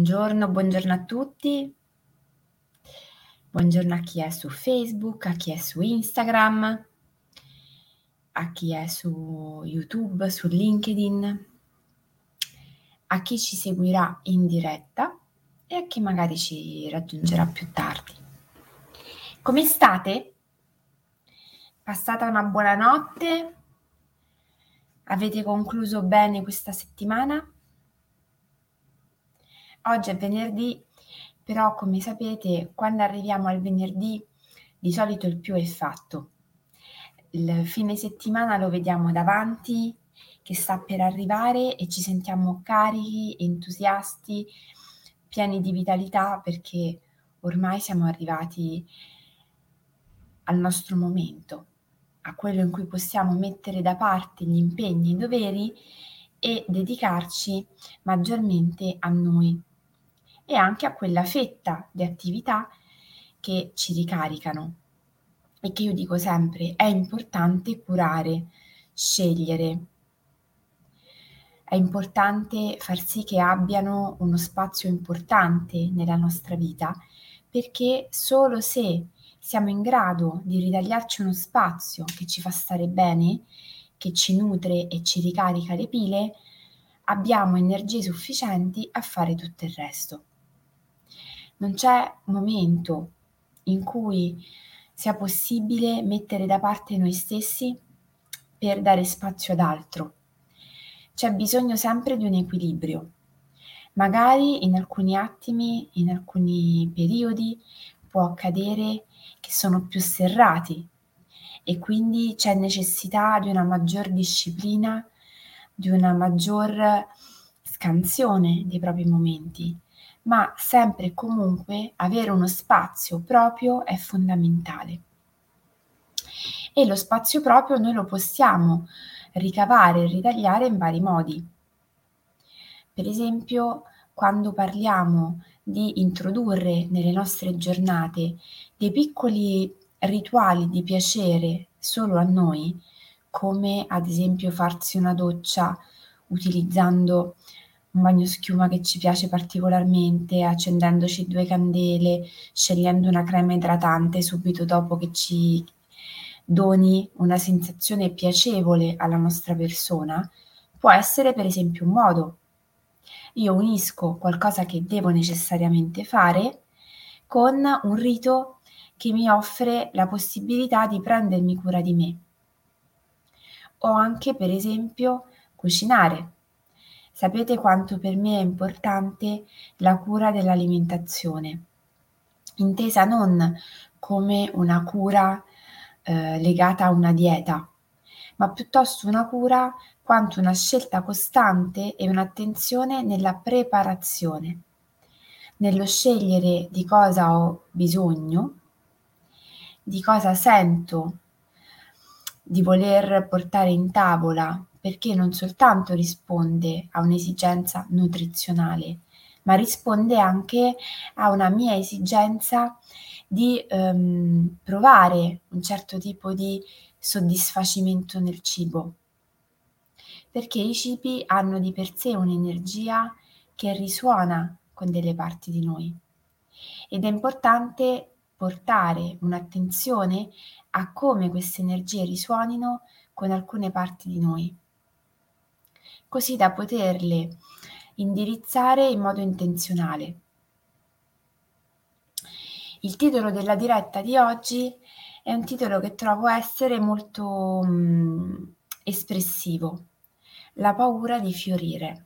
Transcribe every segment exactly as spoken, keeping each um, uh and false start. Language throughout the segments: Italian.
Buongiorno, buongiorno a tutti. Buongiorno a chi è su Facebook, a chi è su Instagram, a chi è su YouTube, su LinkedIn, a chi ci seguirà in diretta e a chi magari ci raggiungerà più tardi. Come state? Passata una buona notte? Avete concluso bene questa settimana? Oggi è venerdì, però come sapete quando arriviamo al venerdì di solito il più è fatto. Il fine settimana lo vediamo davanti, che sta per arrivare e ci sentiamo carichi, entusiasti, pieni di vitalità perché ormai siamo arrivati al nostro momento, a quello in cui possiamo mettere da parte gli impegni e i doveri e dedicarci maggiormente a noi e anche a quella fetta di attività che ci ricaricano e che io dico sempre è importante curare, scegliere. È importante far sì che abbiano uno spazio importante nella nostra vita, perché solo se siamo in grado di ritagliarci uno spazio che ci fa stare bene, che ci nutre e ci ricarica le pile, abbiamo energie sufficienti a fare tutto il resto. Non c'è momento in cui sia possibile mettere da parte noi stessi per dare spazio ad altro. C'è bisogno sempre di un equilibrio. Magari in alcuni attimi, in alcuni periodi può accadere che sono più serrati e quindi c'è necessità di una maggior disciplina, di una maggior scansione dei propri momenti, ma sempre e comunque avere uno spazio proprio è fondamentale. E lo spazio proprio noi lo possiamo ricavare e ritagliare in vari modi. Per esempio, quando parliamo di introdurre nelle nostre giornate dei piccoli rituali di piacere solo a noi, come ad esempio farsi una doccia utilizzando un bagnoschiuma che ci piace particolarmente, accendendoci due candele, scegliendo una crema idratante subito dopo che ci doni una sensazione piacevole alla nostra persona, può essere per esempio un modo. Io unisco qualcosa che devo necessariamente fare con un rito che mi offre la possibilità di prendermi cura di me. O anche per esempio cucinare. Sapete quanto per me è importante la cura dell'alimentazione, intesa non come una cura eh, legata a una dieta, ma piuttosto una cura quanto una scelta costante e un'attenzione nella preparazione, nello scegliere di cosa ho bisogno, di cosa sento di voler portare in tavola, perché non soltanto risponde a un'esigenza nutrizionale, ma risponde anche a una mia esigenza di ehm, provare un certo tipo di soddisfacimento nel cibo, perché i cibi hanno di per sé un'energia che risuona con delle parti di noi ed è importante portare un'attenzione a come queste energie risuonino con alcune parti di noi, così da poterle indirizzare in modo intenzionale. Il titolo della diretta di oggi è un titolo che trovo essere molto mh, espressivo: la paura di fiorire.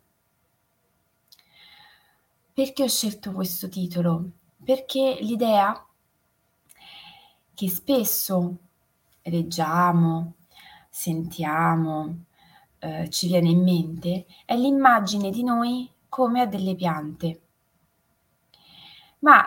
Perché ho scelto questo titolo? Perché l'idea che spesso leggiamo, sentiamo, eh, ci viene in mente è l'immagine di noi come a delle piante. Ma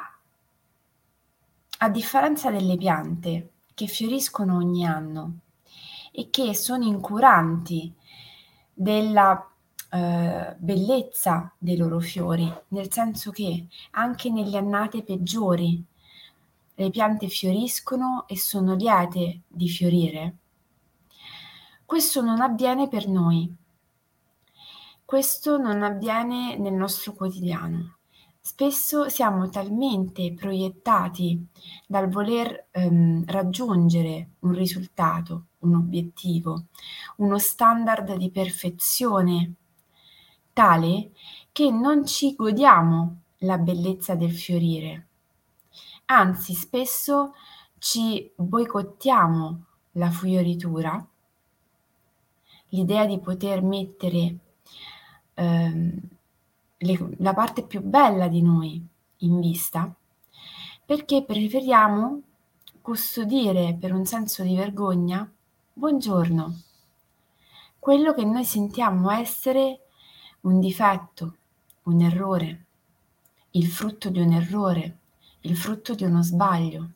a differenza delle piante che fioriscono ogni anno e che sono incuranti della eh, bellezza dei loro fiori, nel senso che anche nelle annate peggiori le piante fioriscono e sono liete di fiorire, questo non avviene per noi. Questo non avviene nel nostro quotidiano. Spesso siamo talmente proiettati dal voler, ehm, raggiungere un risultato, un obiettivo, uno standard di perfezione tale che non ci godiamo la bellezza del fiorire. Anzi, spesso ci boicottiamo la fioritura, l'idea di poter mettere, ehm, le la parte più bella di noi in vista, perché preferiamo custodire per un senso di vergogna, buongiorno, quello che noi sentiamo essere un difetto, un errore, il frutto di un errore, il frutto di uno sbaglio.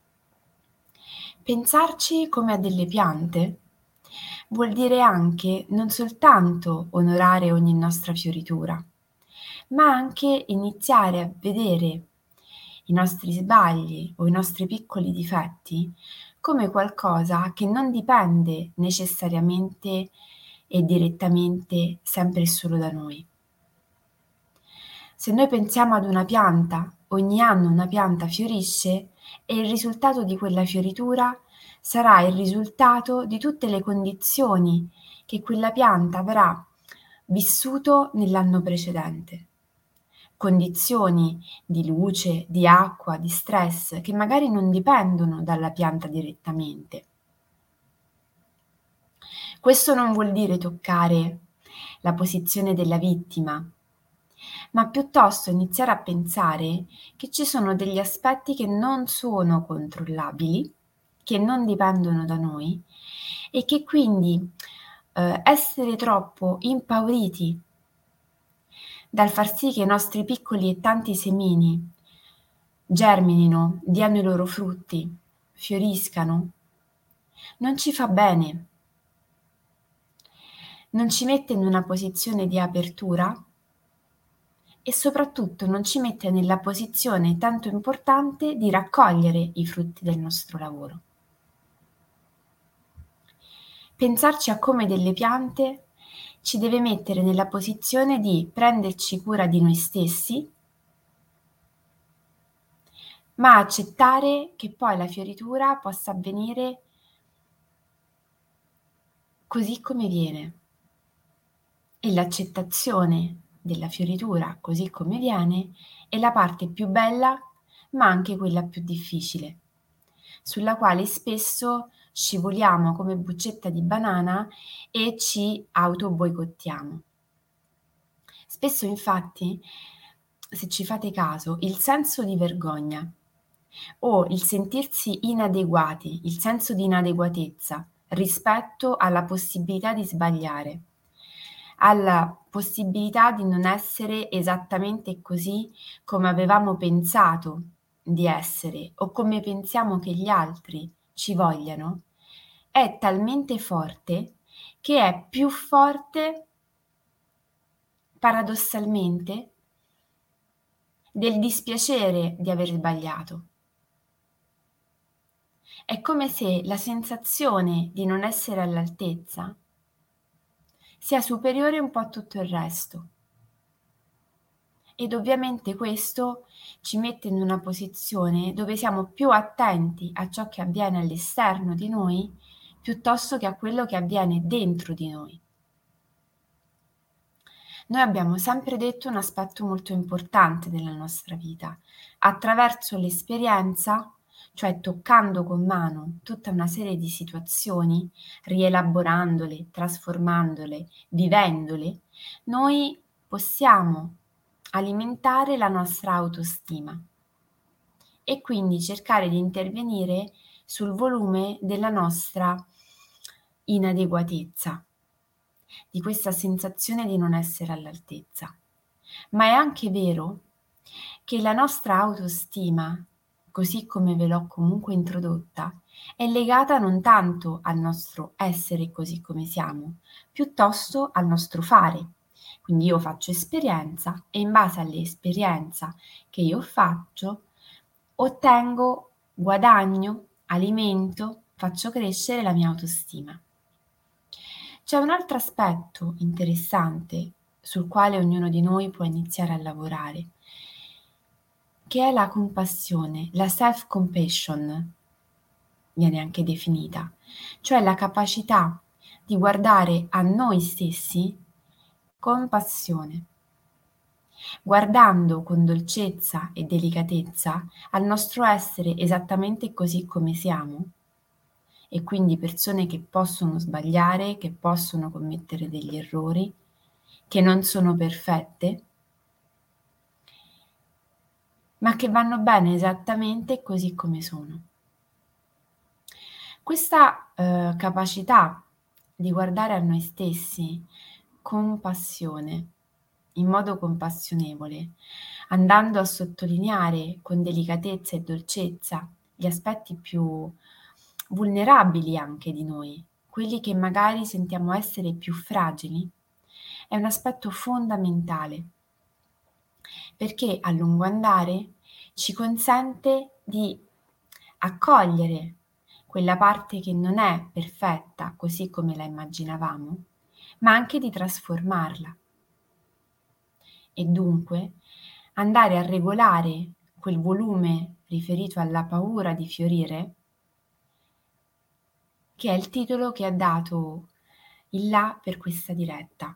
Pensarci come a delle piante vuol dire anche non soltanto onorare ogni nostra fioritura, ma anche iniziare a vedere i nostri sbagli o i nostri piccoli difetti come qualcosa che non dipende necessariamente e direttamente sempre e solo da noi. Se noi pensiamo ad una pianta, ogni anno una pianta fiorisce e il risultato di quella fioritura sarà il risultato di tutte le condizioni che quella pianta avrà vissuto nell'anno precedente. Condizioni di luce, di acqua, di stress che magari non dipendono dalla pianta direttamente. Questo non vuol dire toccare la posizione della vittima, ma piuttosto iniziare a pensare che ci sono degli aspetti che non sono controllabili, che non dipendono da noi e che quindi eh, essere troppo impauriti dal far sì che i nostri piccoli e tanti semini germinino, diano i loro frutti, fioriscano, non ci fa bene, non ci mette in una posizione di apertura e soprattutto non ci mette nella posizione tanto importante di raccogliere i frutti del nostro lavoro. Pensarci a come delle piante ci deve mettere nella posizione di prenderci cura di noi stessi, ma accettare che poi la fioritura possa avvenire così come viene. E l'accettazione della fioritura così come viene è la parte più bella, ma anche quella più difficile, sulla quale spesso scivoliamo come buccetta di banana e ci auto-boicottiamo. Spesso infatti, se ci fate caso, il senso di vergogna o il sentirsi inadeguati, il senso di inadeguatezza rispetto alla possibilità di sbagliare, alla possibilità di non essere esattamente così come avevamo pensato di essere o come pensiamo che gli altri ci vogliano, è talmente forte che è più forte paradossalmente del dispiacere di aver sbagliato. È come se la sensazione di non essere all'altezza sia superiore un po' a tutto il resto. Ed ovviamente questo ci mette in una posizione dove siamo più attenti a ciò che avviene all'esterno di noi piuttosto che a quello che avviene dentro di noi. Noi abbiamo sempre detto un aspetto molto importante della nostra vita. Attraverso l'esperienza, cioè toccando con mano tutta una serie di situazioni, rielaborandole, trasformandole, vivendole, noi possiamo alimentare la nostra autostima e quindi cercare di intervenire sul volume della nostra inadeguatezza, di questa sensazione di non essere all'altezza. Ma è anche vero che la nostra autostima, così come ve l'ho comunque introdotta, è legata non tanto al nostro essere così come siamo, piuttosto al nostro fare. Quindi io faccio esperienza e in base all'esperienza che io faccio ottengo guadagno, alimento, faccio crescere la mia autostima. C'è un altro aspetto interessante sul quale ognuno di noi può iniziare a lavorare che è la compassione, la self-compassion viene anche definita, cioè la capacità di guardare a noi stessi con passione, guardando con dolcezza e delicatezza al nostro essere esattamente così come siamo, e quindi persone che possono sbagliare, che possono commettere degli errori, che non sono perfette, ma che vanno bene esattamente così come sono. Questa eh, capacità di guardare a noi stessi con passione, in modo compassionevole, andando a sottolineare con delicatezza e dolcezza gli aspetti più vulnerabili anche di noi, quelli che magari sentiamo essere più fragili, è un aspetto fondamentale, perché a lungo andare ci consente di accogliere quella parte che non è perfetta così come la immaginavamo, ma anche di trasformarla e dunque andare a regolare quel volume riferito alla paura di fiorire, che è il titolo che ha dato il là per questa diretta.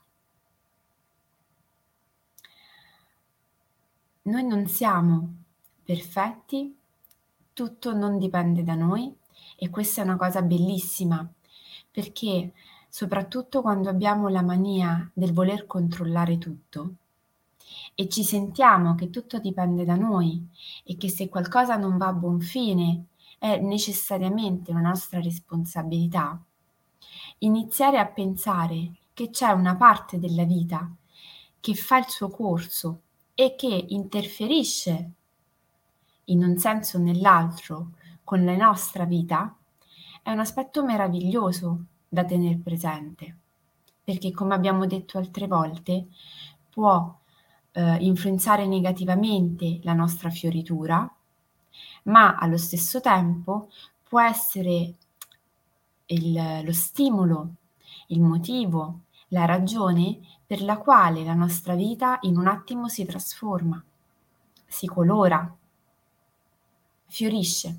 Noi non siamo perfetti, tutto non dipende da noi e questa è una cosa bellissima, perché soprattutto quando abbiamo la mania del voler controllare tutto e ci sentiamo che tutto dipende da noi e che se qualcosa non va a buon fine è necessariamente una nostra responsabilità, iniziare a pensare che c'è una parte della vita che fa il suo corso e che interferisce in un senso o nell'altro con la nostra vita, è un aspetto meraviglioso da tener presente, perché come abbiamo detto altre volte, può eh, influenzare negativamente la nostra fioritura, ma allo stesso tempo può essere il, lo stimolo, il motivo, la ragione per la quale la nostra vita in un attimo si trasforma, si colora, fiorisce.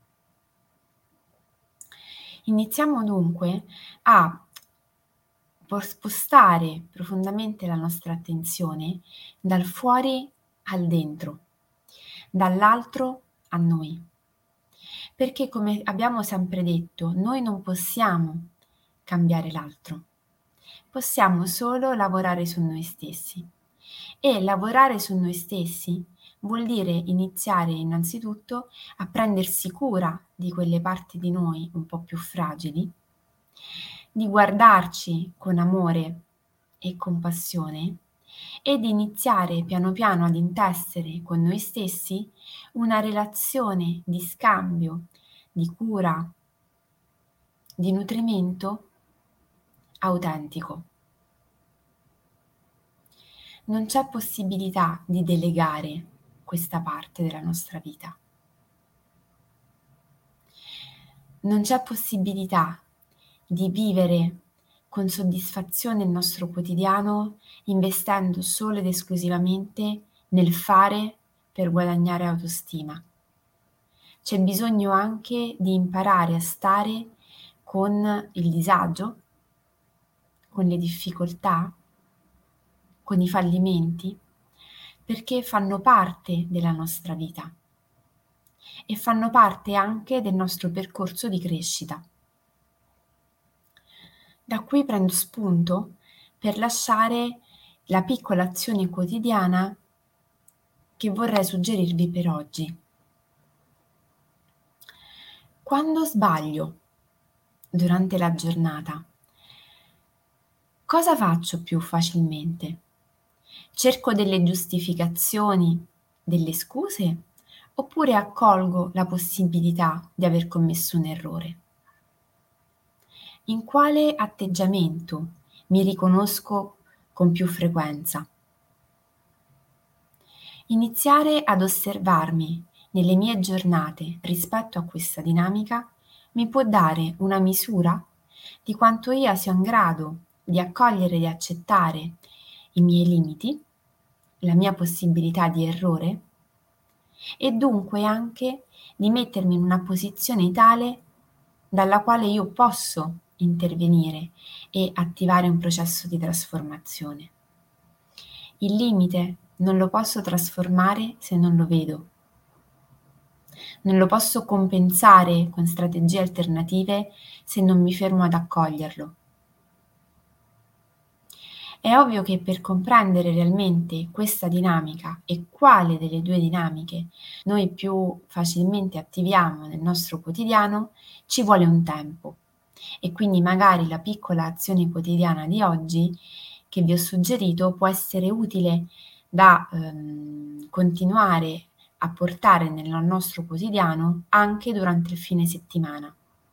Iniziamo dunque a spostare profondamente la nostra attenzione dal fuori al dentro, dall'altro a noi. Perché come abbiamo sempre detto, noi non possiamo cambiare l'altro, possiamo solo lavorare su noi stessi. E lavorare su noi stessi vuol dire iniziare innanzitutto a prendersi cura di quelle parti di noi un po' più fragili, di guardarci con amore e compassione e di iniziare piano piano ad intessere con noi stessi una relazione di scambio, di cura, di nutrimento autentico. Non c'è possibilità di delegare questa parte della nostra vita. Non c'è possibilità di vivere con soddisfazione il nostro quotidiano investendo solo ed esclusivamente nel fare per guadagnare autostima. C'è bisogno anche di imparare a stare con il disagio, con le difficoltà, con i fallimenti, perché fanno parte della nostra vita e fanno parte anche del nostro percorso di crescita. Da qui prendo spunto per lasciare la piccola azione quotidiana che vorrei suggerirvi per oggi. Quando sbaglio durante la giornata, cosa faccio più facilmente? Cerco delle giustificazioni, delle scuse, oppure accolgo la possibilità di aver commesso un errore? In quale atteggiamento mi riconosco con più frequenza? Iniziare ad osservarmi nelle mie giornate rispetto a questa dinamica mi può dare una misura di quanto io sia in grado di accogliere e di accettare i miei limiti, la mia possibilità di errore e dunque anche di mettermi in una posizione tale dalla quale io posso intervenire e attivare un processo di trasformazione. Il limite non lo posso trasformare se non lo vedo. Non lo posso compensare con strategie alternative se non mi fermo ad accoglierlo. È ovvio che per comprendere realmente questa dinamica e quale delle due dinamiche noi più facilmente attiviamo nel nostro quotidiano, ci vuole un tempo. E quindi magari la piccola azione quotidiana di oggi che vi ho suggerito può essere utile da ehm, continuare a portare nel nostro quotidiano anche durante il fine settimana.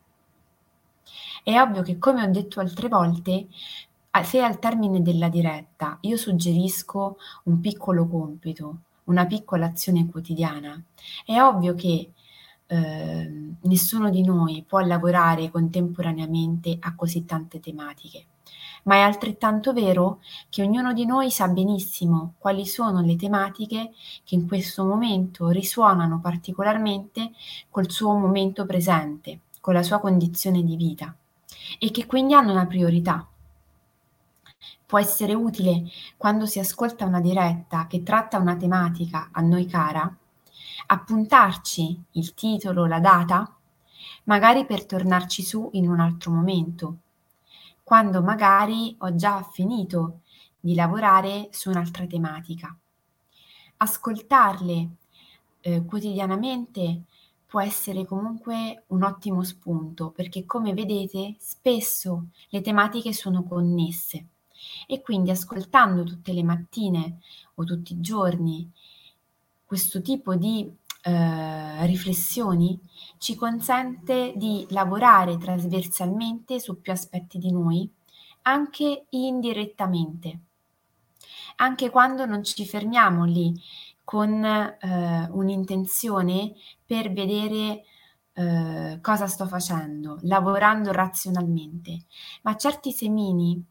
È ovvio che, come ho detto altre volte, a se al termine della diretta io suggerisco un piccolo compito, una piccola azione quotidiana, è ovvio che ehm, nessuno di noi può lavorare contemporaneamente a così tante tematiche, ma è altrettanto vero che ognuno di noi sa benissimo quali sono le tematiche che in questo momento risuonano particolarmente col suo momento presente, con la sua condizione di vita e che quindi hanno una priorità. Può essere utile, quando si ascolta una diretta che tratta una tematica a noi cara, appuntarci il titolo, la data, magari per tornarci su in un altro momento, quando magari ho già finito di lavorare su un'altra tematica. Ascoltarle eh, quotidianamente può essere comunque un ottimo spunto, perché come vedete spesso le tematiche sono connesse e quindi ascoltando tutte le mattine o tutti i giorni questo tipo di eh, riflessioni ci consente di lavorare trasversalmente su più aspetti di noi, anche indirettamente, anche quando non ci fermiamo lì con eh, un'intenzione per vedere eh, cosa sto facendo, lavorando razionalmente, ma certi semini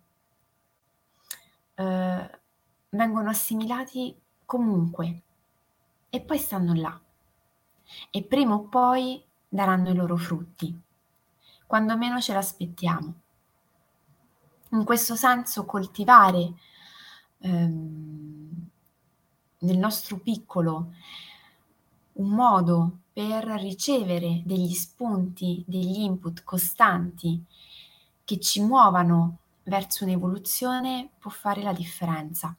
eh, vengono assimilati comunque e poi stanno là e prima o poi daranno i loro frutti, quando meno ce l'aspettiamo. In questo senso coltivare ehm, nel nostro piccolo un modo per ricevere degli spunti, degli input costanti che ci muovano verso un'evoluzione può fare la differenza.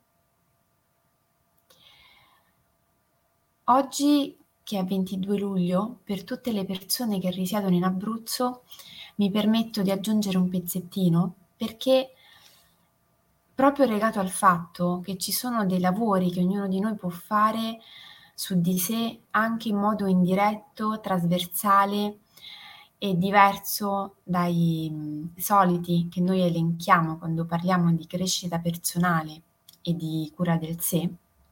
Oggi, che è ventidue luglio, per tutte le persone che risiedono in Abruzzo, mi permetto di aggiungere un pezzettino perché proprio legato al fatto che ci sono dei lavori che ognuno di noi può fare su di sé anche in modo indiretto, trasversale e diverso dai mh, soliti che noi elenchiamo quando parliamo di crescita personale e di cura del sé.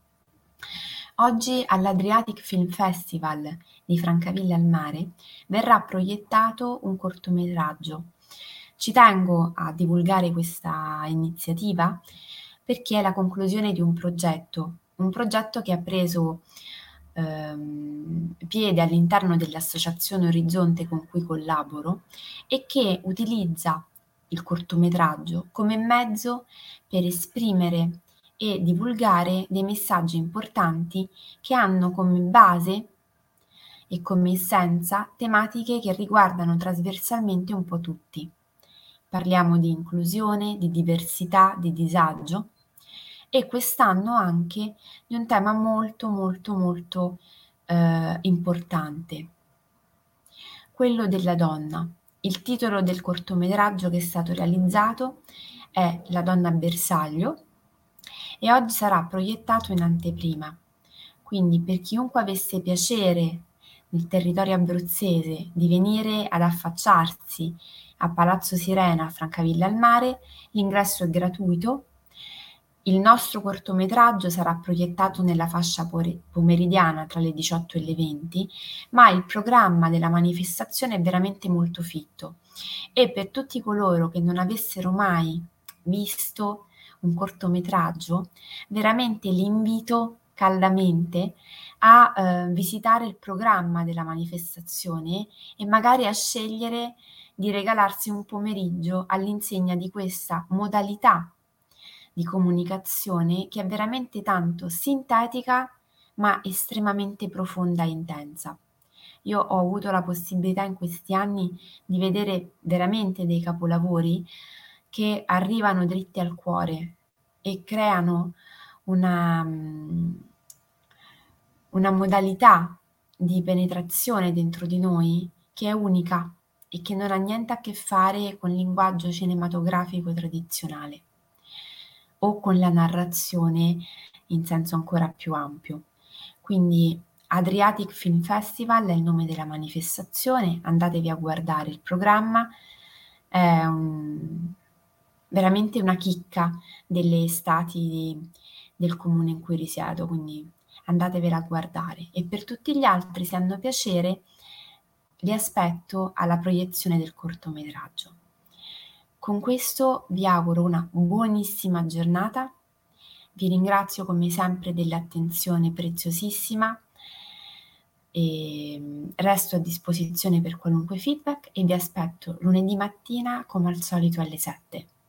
Oggi all'Adriatic Film Festival di Francavilla al Mare verrà proiettato un cortometraggio. Ci tengo a divulgare questa iniziativa perché è la conclusione di un progetto, un progetto che ha preso ehm, piede all'interno dell'associazione Orizzonte con cui collaboro e che utilizza il cortometraggio come mezzo per esprimere e divulgare dei messaggi importanti che hanno come base e come essenza tematiche che riguardano trasversalmente un po' tutti. Parliamo di inclusione, di diversità, di disagio e quest'anno anche di un tema molto molto molto eh, importante, quello della donna. Il titolo del cortometraggio che è stato realizzato è La donna bersaglio e oggi sarà proiettato in anteprima. Quindi per chiunque avesse piacere nel territorio abruzzese di venire ad affacciarsi a Palazzo Sirena a Francavilla al Mare, l'ingresso è gratuito. Il nostro cortometraggio sarà proiettato nella fascia pomeridiana tra le diciotto e le venti, ma il programma della manifestazione è veramente molto fitto e per tutti coloro che non avessero mai visto un cortometraggio, veramente li invito caldamente a eh, visitare il programma della manifestazione e magari a scegliere di regalarsi un pomeriggio all'insegna di questa modalità di comunicazione che è veramente tanto sintetica ma estremamente profonda e intensa. Io ho avuto la possibilità in questi anni di vedere veramente dei capolavori che arrivano dritti al cuore e creano una, mm, una modalità di penetrazione dentro di noi che è unica e che non ha niente a che fare con il linguaggio cinematografico tradizionale o con la narrazione in senso ancora più ampio. Quindi Adriatic Film Festival è il nome della manifestazione, andatevi a guardare il programma, è un- veramente una chicca delle estati del comune in cui risiedo, quindi andatevela a guardare. E per tutti gli altri, se hanno piacere, li aspetto alla proiezione del cortometraggio. Con questo vi auguro una buonissima giornata, vi ringrazio come sempre dell'attenzione preziosissima e resto a disposizione per qualunque feedback e vi aspetto lunedì mattina come al solito alle sette.